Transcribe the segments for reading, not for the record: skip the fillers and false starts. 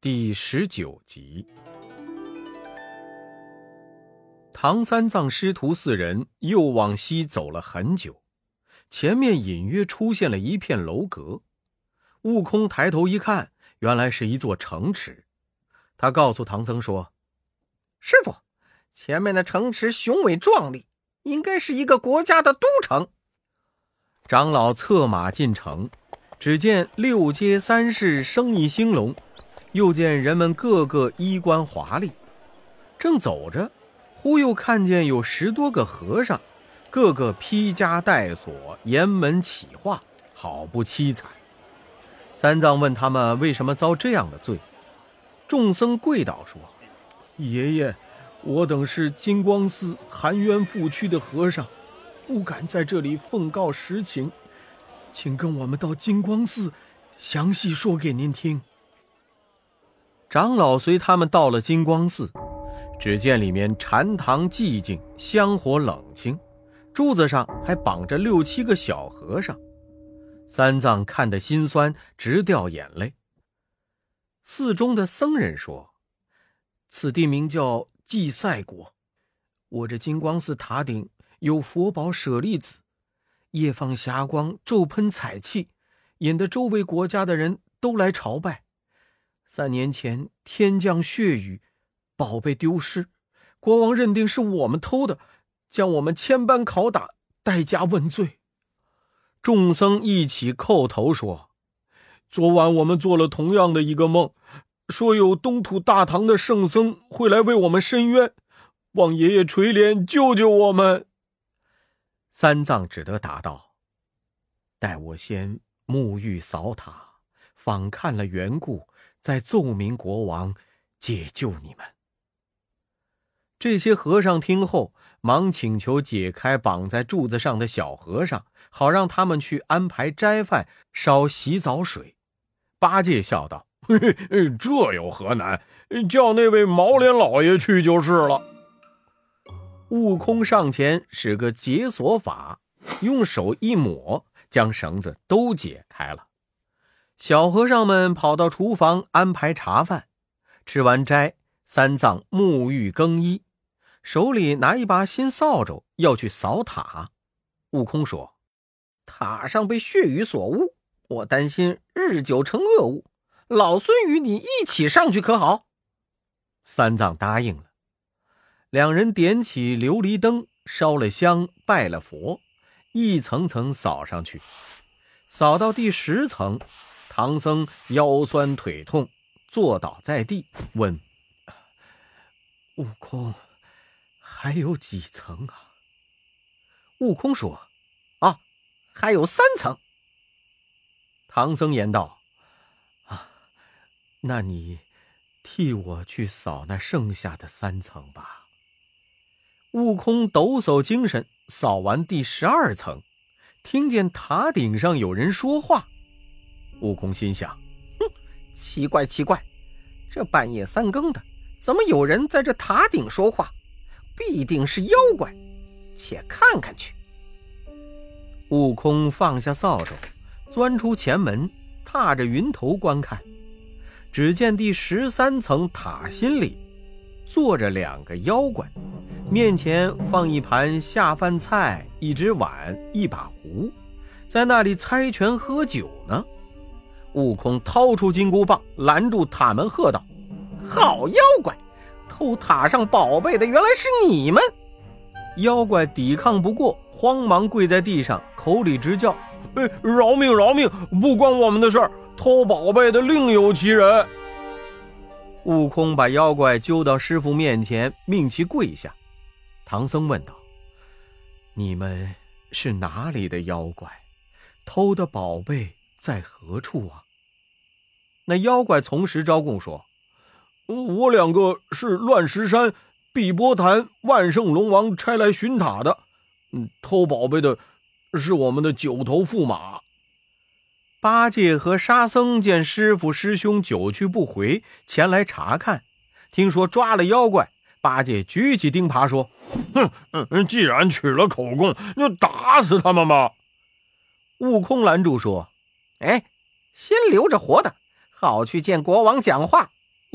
第19集。唐三藏师徒4人又往西走了很久，前面隐约出现了一片楼阁。悟空抬头一看，原来是一座城池。他告诉唐僧说： 师父，前面的城池雄伟壮丽，应该是一个国家的都城。 长老策马进城，只见6街3市生意兴隆，又见人们个个衣冠华丽。正走着，忽又看见有10多个和尚，个个披枷带锁，沿门起画，好不凄惨。三藏问他们为什么遭这样的罪，众僧跪倒说：爷爷，我等是金光寺含冤负屈的和尚，不敢在这里奉告实情，请跟我们到金光寺详细说给您听。长老随他们到了金光寺，只见里面禅堂寂静，香火冷清，柱子上还绑着6、7个小和尚。三藏看得心酸，直掉眼泪。寺中的僧人说：此地名叫祭赛国，我这金光寺塔顶有佛宝舍利子，夜放霞光，昼喷彩气，引得周围国家的人都来朝拜。3年前天降血雨，宝贝丢失，国王认定是我们偷的，将我们千般拷打，代价问罪。众僧一起叩头说：昨晚我们做了同样的一个梦，说有东土大唐的圣僧会来为我们伸冤，望爷爷垂怜救救我们。三藏只得答道：待我先沐浴扫塔，访看了缘故，再奏明国王解救你们。这些和尚听后，忙请求解开绑在柱子上的小和尚，好让他们去安排斋饭，烧洗澡水。八戒笑道：这有何难，叫那位毛脸老爷去就是了。悟空上前使个解锁法，用手一抹，将绳子都解开了。小和尚们跑到厨房安排茶饭，吃完斋，三藏沐浴更衣，手里拿一把新扫帚要去扫塔。悟空说： 塔上被血雨所污，我担心日久成恶物，老孙与你一起上去可好？ 三藏答应了。两人点起琉璃灯，烧了香，拜了佛，一层层扫上去。扫到第10层，唐僧腰酸腿痛，坐倒在地，问：悟空，还有几层啊？悟空说： 还有3层。 唐僧言道：那你替我去扫那剩下的3层吧。悟空抖擞精神，扫完第12层，听见塔顶上有人说话。悟空心想： 奇怪，这半夜3更的，怎么有人在这塔顶说话？必定是妖怪，且看看去。 悟空放下扫帚，钻出前门，踏着云头观看。只见第13层塔心里坐着2个妖怪，面前放一盘下饭菜，一只碗，一把壶，在那里猜拳喝酒呢。悟空掏出金箍棒，拦住塔门，喝道： 好妖怪，偷塔上宝贝的原来是你们！ 妖怪抵抗不过，慌忙跪在地上，口里直叫：饶命饶命，不关我们的事儿，偷宝贝的另有其人。悟空把妖怪揪到师父面前，命其跪下。唐僧问道：你们是哪里的妖怪？偷的宝贝在何处啊？那妖怪从实招供说：我2个是乱石山、碧波潭万圣龙王差来巡塔的，偷宝贝的是我们的9头驸马。八戒和沙僧见师父师兄久去不回，前来查看，听说抓了妖怪，八戒举起钉耙说：既然取了口供，就打死他们吧。悟空拦住说： 先留着活的，好去见国王讲话，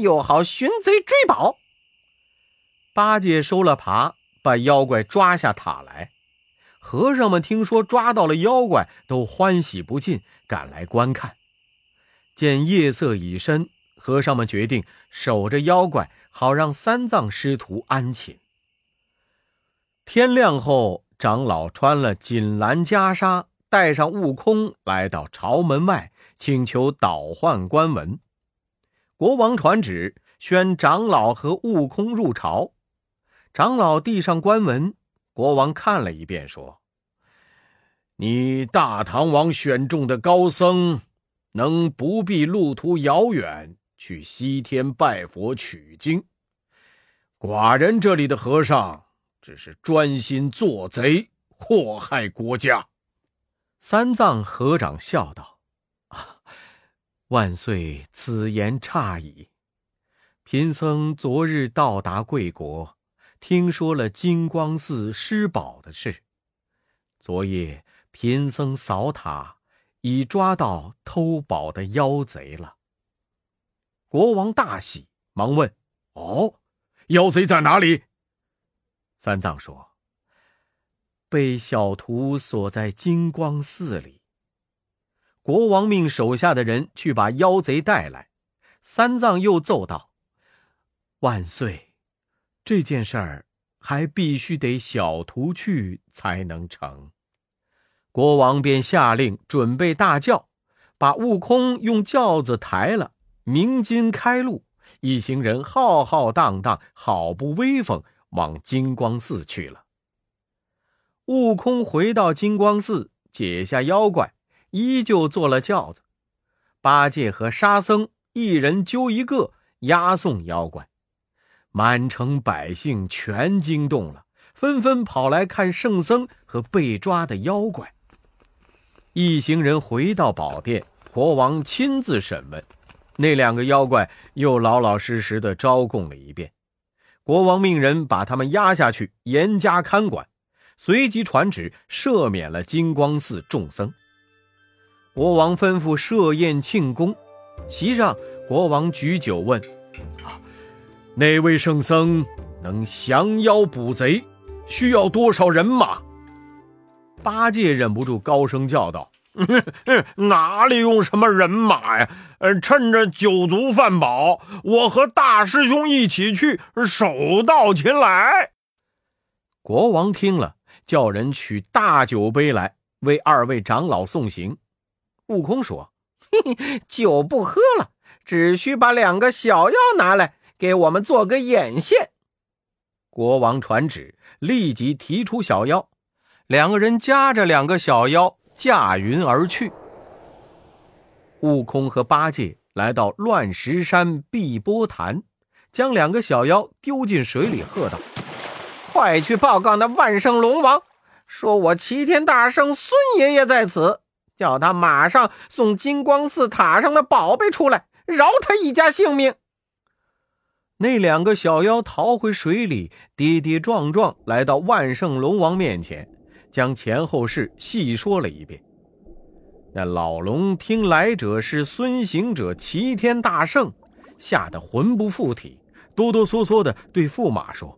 又好寻贼追宝。 八戒收了耙，把妖怪抓下塔来。和尚们听说抓到了妖怪，都欢喜不尽，赶来观看。见夜色已深，和尚们决定守着妖怪，好让三藏师徒安寝。天亮后，长老穿了锦蓝袈裟，带上悟空，来到朝门外，请求倒换官文。国王传旨，宣长老和悟空入朝。长老递上官文，国王看了一遍，说：你大唐王选中的高僧，能不必路途遥远，去西天拜佛取经。寡人这里的和尚，只是专心做贼，祸害国家。三藏合掌笑道：万岁此言差矣。贫僧昨日到达贵国，听说了金光寺失宝的事。昨夜贫僧扫塔，已抓到偷宝的妖贼了。国王大喜，忙问：妖贼在哪里？三藏说：被小徒锁在金光寺里。国王命手下的人去把妖贼带来。三藏又奏道：万岁，这件事儿还必须得小徒去才能成。国王便下令准备大轿，把悟空用轿子抬了，鸣金开路，一行人浩浩荡荡，好不威风，往金光寺去了。悟空回到金光寺，解下妖怪，依旧坐了轿子。八戒和沙僧一人揪一个，押送妖怪。满城百姓全惊动了，纷纷跑来看圣僧和被抓的妖怪。一行人回到宝殿，国王亲自审问，那两个妖怪又老老实实地招供了一遍。国王命人把他们押下去，严加看管，随即传旨赦免了金光寺众僧。国王吩咐设宴庆功，席上国王举酒问：哪位圣僧能降妖捕贼，需要多少人马？八戒忍不住高声叫道：哪里用什么人马呀？趁着酒足饭饱，我和大师兄一起去，手到擒来。国王听了，叫人取大酒杯来，为二位长老送行。悟空说： 酒不喝了，只需把两个小妖拿来，给我们做个眼线。 国王传旨，立即提出小妖，两个人夹着两个小妖驾云而去。悟空和八戒来到乱石山碧波潭，将两个小妖丢进水里，喝道： 快去报告那万圣龙王，说我齐天大圣孙爷爷在此，叫他马上送金光寺塔上的宝贝出来，饶他一家性命。 那两个小妖逃回水里，跌跌撞撞来到万圣龙王面前，将前后事细说了一遍。那老龙听来者是孙行者齐天大圣，吓得魂不附体，哆哆嗦嗦地对驸马说：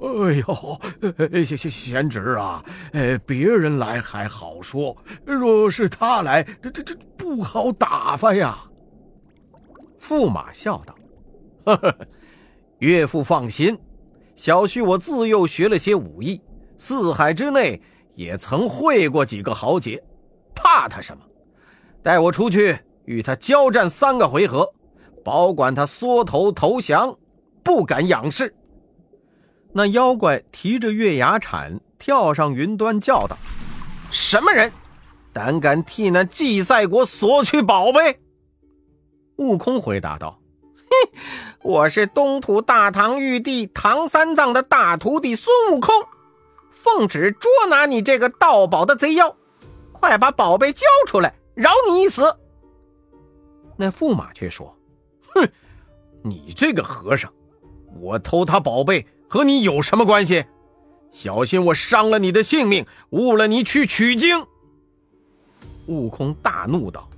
贤侄啊，别人来还好说，若是他来，这不好打发呀。驸马笑道：岳父放心，小婿我自幼学了些武艺，四海之内也曾会过几个豪杰，怕他什么？带我出去与他交战3个回合，保管他缩头投降，不敢仰视。那妖怪提着月牙铲跳上云端，叫道： 什么人胆敢替那祭赛国索取宝贝？ 悟空回答道： 我是东土大唐玉帝唐三藏的大徒弟孙悟空，奉旨捉拿你这个盗宝的贼妖，快把宝贝交出来，饶你一死。 那驸马却说：你这个和尚，我偷他宝贝和你有什么关系？小心我伤了你的性命，误了你去取经。悟空大怒道：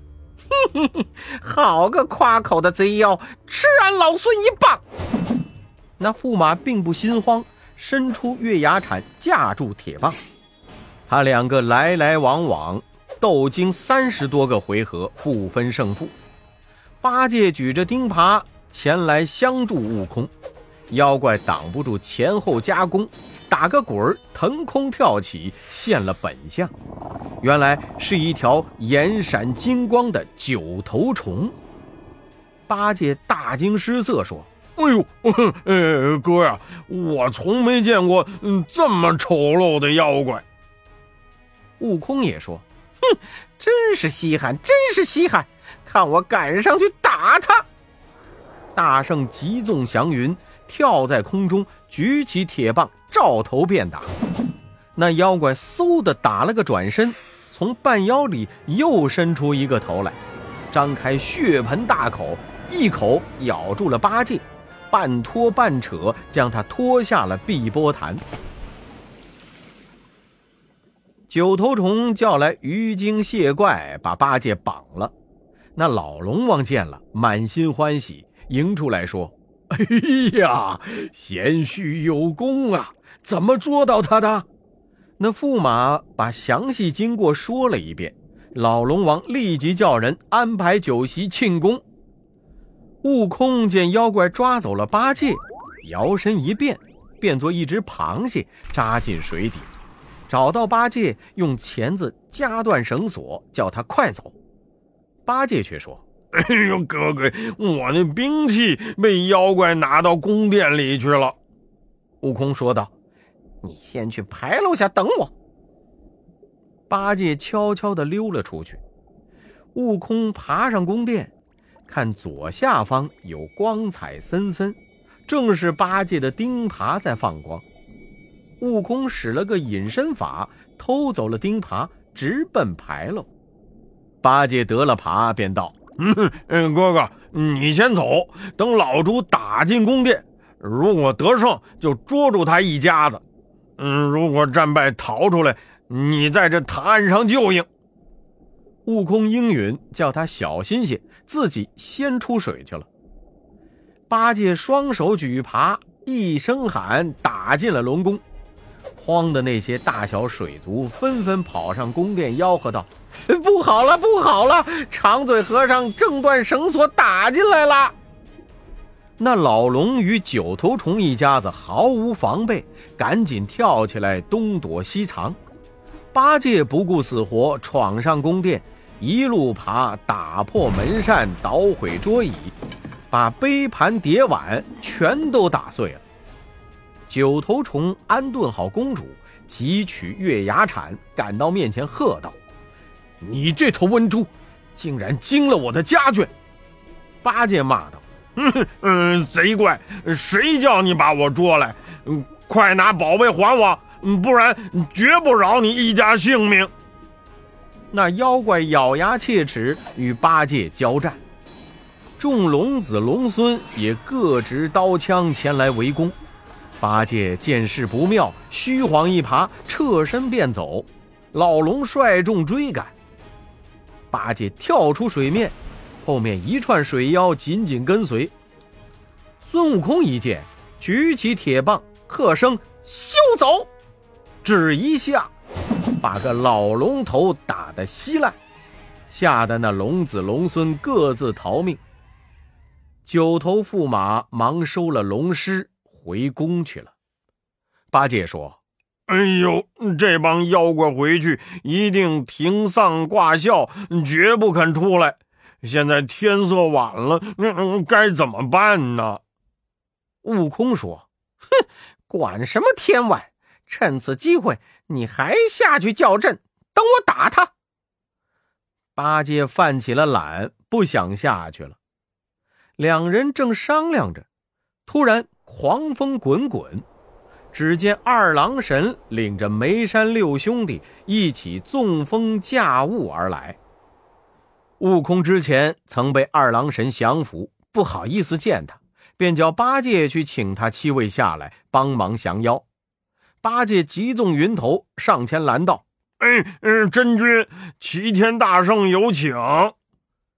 好个夸口的贼妖，吃俺老孙一棒！ 那驸马并不心慌，伸出月牙铲架住铁棒。他两个来来往往，斗经30多个回合，不分胜负。八戒举着钉耙前来相助悟空，妖怪挡不住前后夹攻，打个滚腾空跳起，现了本相。原来是一条眼闪金光的9头虫。八戒大惊失色说： 哎呦，哥呀，我从没见过这么丑陋的妖怪。 悟空也说： 哼，真是稀罕，真是稀罕，看我赶上去打他！ 大圣急纵祥云，跳在空中，举起铁棒照头便打。那妖怪嗖的打了个转身，从半腰里又伸出一个头来，张开血盆大口，一口咬住了八戒，半拖半扯将他拖下了碧波潭。9头虫叫来鱼精蟹怪，把八戒绑了。那老龙王见了，满心欢喜，迎出来说： 哎呀，贤婿有功啊，怎么捉到他的？ 那驸马把详细经过说了一遍，老龙王立即叫人安排酒席庆功。悟空见妖怪抓走了八戒，摇身一变，变作一只螃蟹，扎进水底，找到八戒，用钳子夹断绳索，叫他快走。八戒却说： 哎呦，哥哥，我那兵器被妖怪拿到宫殿里去了。 悟空说道： 你先去牌楼下等我。 八戒悄悄地溜了出去。悟空爬上宫殿，看左下方有光彩森森，正是八戒的钉耙在放光。悟空使了个隐身法，偷走了钉耙，直奔牌楼。八戒得了耙，便道： 哥哥，你先走，等老猪打进宫殿，如果得胜，就捉住他一家子。如果战败逃出来，你在这潭岸上救应。 悟空应允，叫他小心些，自己先出水去了。八戒双手举耙，一声喊，打进了龙宫。慌的那些大小水族纷纷跑上宫殿，吆喝道：不好了，不好了，长嘴和尚正断绳索打进来了。那老龙与9头虫一家子毫无防备，赶紧跳起来东躲西藏。八戒不顾死活闯上宫殿，一路爬，打破门扇，捣毁桌椅，把杯盘碟碗全都打碎了。9头虫安顿好公主，汲取月牙铲，赶到面前喝道：你这头瘟猪，竟然惊了我的家眷！八戒骂道： 贼怪，谁叫你把我捉来？快拿宝贝还我，不然绝不饶你一家性命。 那妖怪咬牙切齿，与八戒交战。众龙子龙孙也各执刀枪前来围攻。八戒见势不妙，虚晃一耙，侧身便走。老龙率众追赶。八戒跳出水面，后面一串水妖紧紧跟随。孙悟空一见，举起铁棒，喝声休走，只一下把个老龙头打得稀烂，吓得那龙子龙孙各自逃命。9头驸马忙收了龙尸，回宫去了。八戒说： 哎呦，这帮妖怪回去一定停丧挂孝，绝不肯出来。现在天色晚了，该怎么办呢？ 悟空说： 哼，管什么天晚，趁此机会你还下去叫阵，等我打他。 八戒犯起了懒，不想下去了。两人正商量着，突然狂风滚滚，只见二郎神领着梅山6兄弟一起纵风驾雾而来。悟空之前曾被二郎神降服，不好意思见他，便叫八戒去请他7位下来帮忙降妖。八戒急纵云头上前拦道： 真君，齐天大圣有请。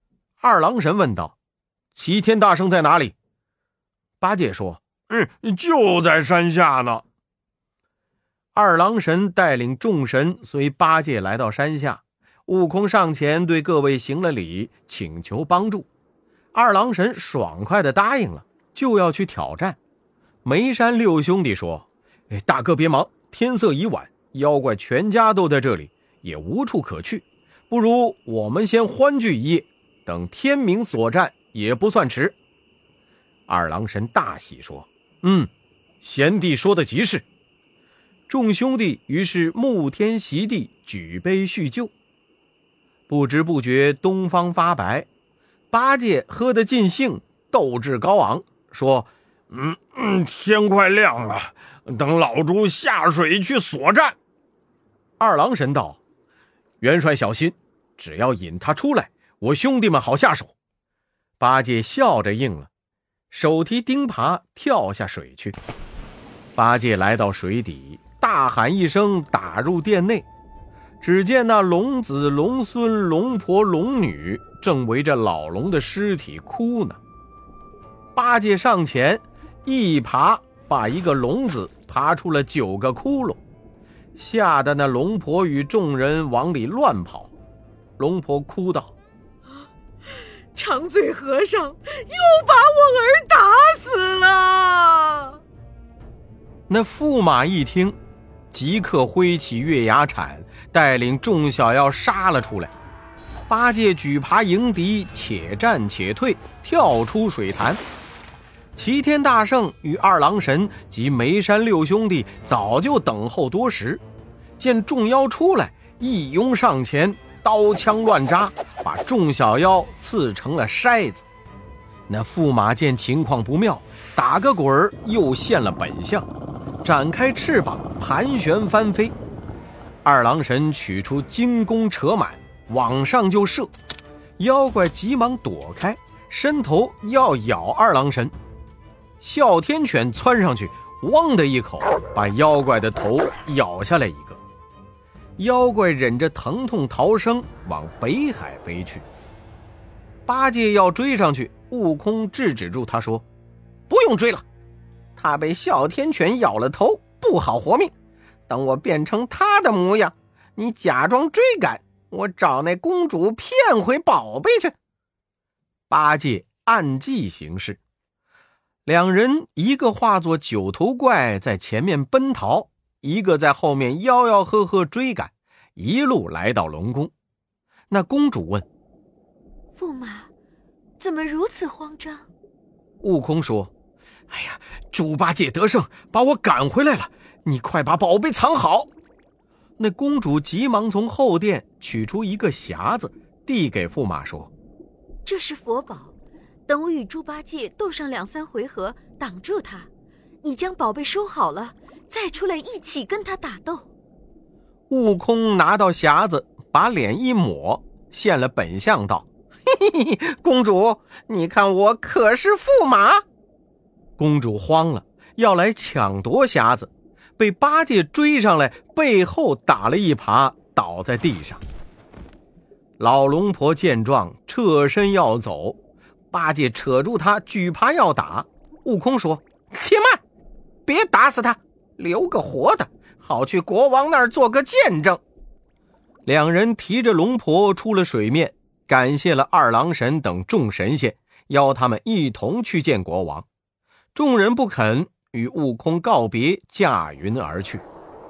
二郎神问道：齐天大圣在哪里？八戒说： 就在山下呢。 二郎神带领众神随八戒来到山下，悟空上前对各位行了礼，请求帮助。二郎神爽快地答应了，就要去挑战。梅山六兄弟说：大哥别忙，天色已晚，妖怪全家都在这里，也无处可去，不如我们先欢聚一夜，等天明所战也不算迟。二郎神大喜说：贤弟说的极是。众兄弟于是沐天席地，举杯叙旧。不知不觉东方发白，八戒喝得尽兴，斗志高昂，说： 天快亮了，等老猪下水去索战。 二郎神道：元帅小心，只要引他出来，我兄弟们好下手。八戒笑着应了，手提钉耙跳下水去。八戒来到水底，大喊一声，打入殿内。只见那龙子、龙孙、龙婆、龙女正围着老龙的尸体哭呢。八戒上前一爬，把一个笼子爬出了9个窟窿，吓得那龙婆与众人往里乱跑。龙婆哭道： 长嘴和尚又把我儿打死了。 那驸马一听，即刻挥起月牙铲，带领众小妖杀了出来。八戒举耙迎敌，且战且退，跳出水潭。齐天大圣与二郎神及梅山六兄弟早就等候多时，见众妖出来，一拥上前，刀枪乱扎，把众小妖刺成了筛子。那驸马见情况不妙，打个滚儿又现了本相，展开翅膀盘旋翻飞。二郎神取出金弓扯满，往上就射，妖怪急忙躲开，伸头要咬二郎神。哮天犬窜上去，汪的一口把妖怪的头咬下来一个。妖怪忍着疼痛逃生，往北海飞去。八戒要追上去，悟空制止住他说：不用追了，他被哮天犬咬了头，不好活命。等我变成他的模样，你假装追赶，我找那公主骗回宝贝去。八戒按计行事，两人一个化作9头怪在前面奔逃，一个在后面吆吆喝喝追赶，一路来到龙宫。那公主问： 驸马，怎么如此慌张？ 悟空说：哎呀，猪八戒得胜，把我赶回来了，你快把宝贝藏好。那公主急忙从后殿取出一个匣子，递给驸马说： 这是佛宝，等我与猪八戒斗上2、3回合，挡住他，你将宝贝收好了，再出来一起跟他打斗。 悟空拿到匣子，把脸一抹，现了本相道：嘿嘿嘿，公主，你看我可是驸马。公主慌了，要来抢夺匣子，被八戒追上来，背后打了一耙，倒在地上。老龙婆见状，侧身要走，八戒扯住他，举耙要打。悟空说：且慢，别打死他，留个活的，好去国王那儿做个见证。两人提着龙婆出了水面，感谢了二郎神等众神仙，邀他们一同去见国王。众人不肯，与悟空告别，驾云而去。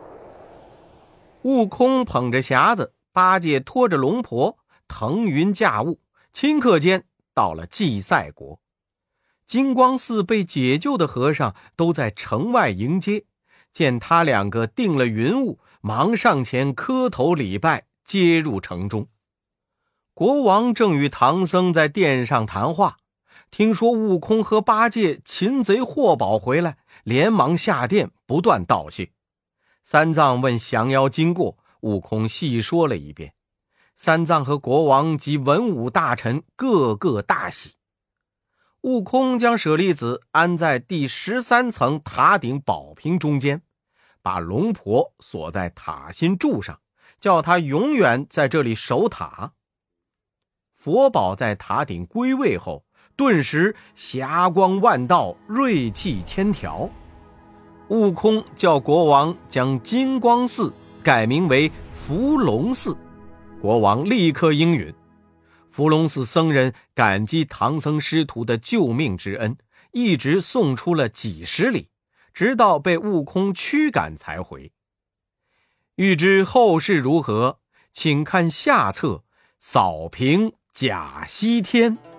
悟空捧着匣子，八戒拖着龙婆，腾云驾雾，顷刻间到了祭赛国。金光寺被解救的和尚都在城外迎接，见他两个定了云雾，忙上前磕头礼拜，接入城中。国王正与唐僧在殿上谈话，听说悟空和八戒擒贼获宝回来，连忙下殿不断道谢。三藏问降妖经过，悟空细说了一遍。三藏和国王及文武大臣个个大喜。悟空将舍利子安在第13层塔顶宝瓶中间，把龙婆锁在塔心柱上，叫他永远在这里守塔。 佛宝在塔顶归位后，顿时霞光万道，锐气千条。悟空叫国王将金光寺改名为伏龙寺，国王立刻应允。伏龙寺僧人感激唐僧师徒的救命之恩，一直送出了几十里，直到被悟空驱赶才回。欲知后事如何，请看下册扫平假西天。